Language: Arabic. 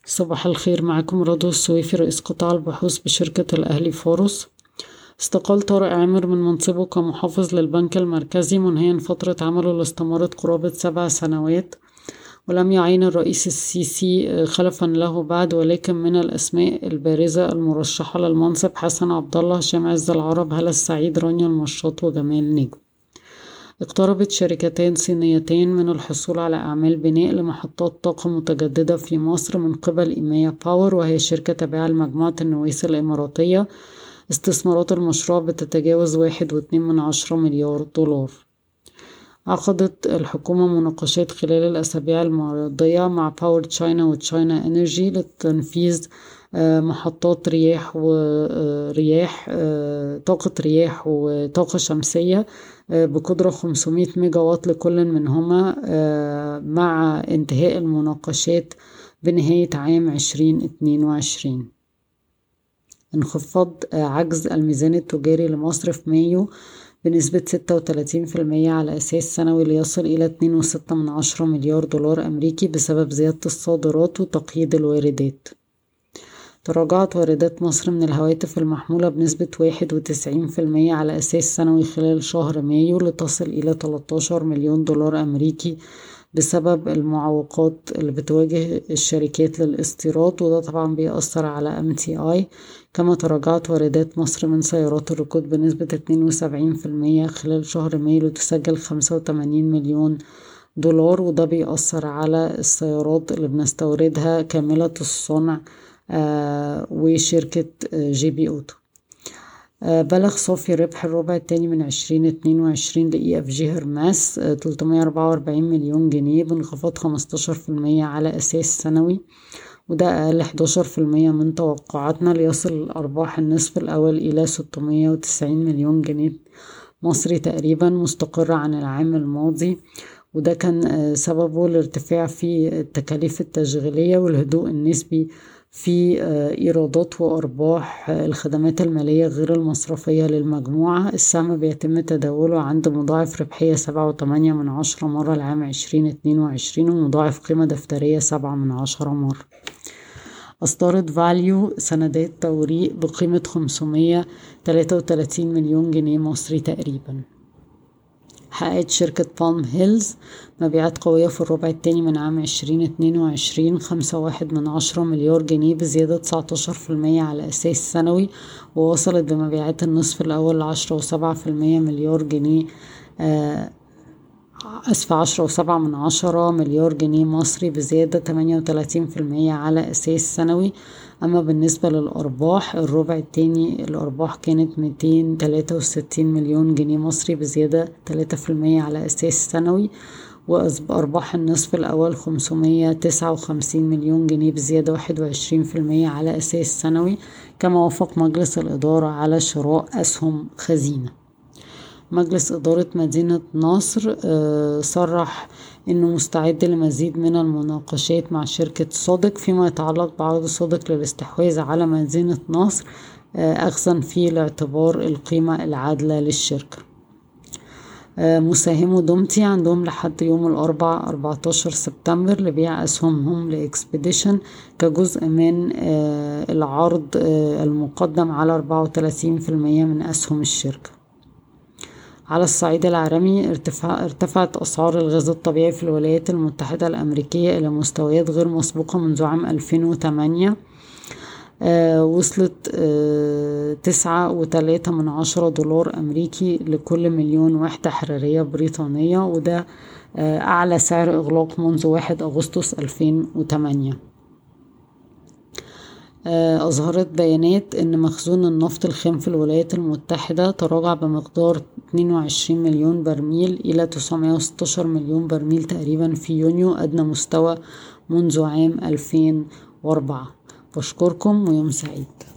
صباح الخير، معكم رضوى السويفي رئيس قطاع البحوث بشركة الأهلي فورس. استقال طارق عامر من منصبه كمحافظ للبنك المركزي منهيا فترة عمله اللي استمرت قرابة 7 سنوات، ولم يعين الرئيس السيسي خلفا له بعد، ولكن من الأسماء البارزة المرشحة للمنصب حسن عبد الله، هشام عز العرب، هلا السعيد، رانيا المشاط، وجمال نجم. اقتربت شركتان صينيتان من الحصول على أعمال بناء لمحطات طاقة متجددة في مصر من قبل إيميا باور، وهي شركة تابعة لمجموعة النويس الإماراتية. استثمارات المشروع بتتجاوز 1.2 مليار دولار. عقدت الحكومة مناقشات خلال الأسابيع الماضية مع باور تشاينا وتشاينا انرجي لتنفيذ محطات طاقة رياح وطاقة شمسية بقدرة 500 ميجا وات لكل منهما، مع انتهاء المناقشات بنهاية عام 2022. انخفاض عجز الميزان التجاري لمصر في مايو بنسبة 36% على أساس سنوي ليصل إلى 2.6 مليار دولار أمريكي بسبب زيادة الصادرات وتقييد الواردات. تراجعت واردات مصر من الهواتف المحمولة بنسبة 91% على أساس سنوي خلال شهر مايو لتصل إلى 13 مليون دولار أمريكي بسبب المعوقات اللي بتواجه الشركات للاستيراد، وده طبعا بيأثر على MTI. كما تراجعت واردات مصر من سيارات الركود بنسبة 72% خلال شهر مايو لتسجل 85 مليون دولار، وده بيأثر على السيارات اللي بنستوردها كاملة الصنع وشركة جي أوتو. بلغ صافي ربح الربع الثاني من 2022 لEFG هرماس 344 مليون جنيه بانخفاض 15% على أساس سنوي، وده أقل 11% من توقعاتنا، ليصل الأرباح النصف الأول إلى 690 مليون جنيه مصري تقريبا، مستقرة عن العام الماضي، وده كان سببه الارتفاع في التكاليف التشغيلية والهدوء النسبي في إيرادات وأرباح الخدمات المالية غير المصرفية للمجموعة. السهم بيتم تداوله عند مضاعف ربحية 7.8 مرة العام 2022، ومضاعف قيمة دفترية 7 مرة. أصدرت فاليو سندات توريق بقيمة 533 مليون جنيه مصري تقريبا. حققت شركة بالم هيلز مبيعات قوية في الربع الثاني من عام 2022 5.1 مليار جنيه بزيادة 19% على أساس سنوي، ووصلت بمبيعات النصف الأول 10.7 مليار جنيه 10.7 مليار جنيه مصري بزيادة 38% على أساس سنوي. أما بالنسبة للأرباح الربع الثاني الأرباح كانت 263 مليون جنيه مصري بزيادة 3% على أساس سنوي، وأرباح النصف الأول 559 مليون جنيه بزيادة 21% على أساس سنوي. كما وافق مجلس الإدارة على شراء أسهم خزينة. مجلس إدارة مدينة نصر صرح إنه مستعد لمزيد من المناقشات مع شركة صادق فيما يتعلق بعرض صادق للاستحواذ على مدينة نصر، أخذا في الاعتبار القيمة العادلة للشركة. مساهمو دومتي عندهم لحد يوم الأربعاء 14 سبتمبر لبيع أسهمهم لإكسبيديشن كجزء من العرض المقدم على 34% من أسهم الشركة. على الصعيد العالمي ارتفعت أسعار الغاز الطبيعي في الولايات المتحدة الأمريكية إلى مستويات غير مسبوقة منذ عام 2008. وصلت 9.3 دولار أمريكي لكل مليون وحدة حرارية بريطانية، وده أعلى سعر إغلاق منذ 1 أغسطس 2008. أظهرت بيانات أن مخزون النفط الخام في الولايات المتحدة تراجع بمقدار 22 مليون برميل إلى 916 مليون برميل تقريبا في يونيو، أدنى مستوى منذ عام 2004. بشكركم ويوم سعيد.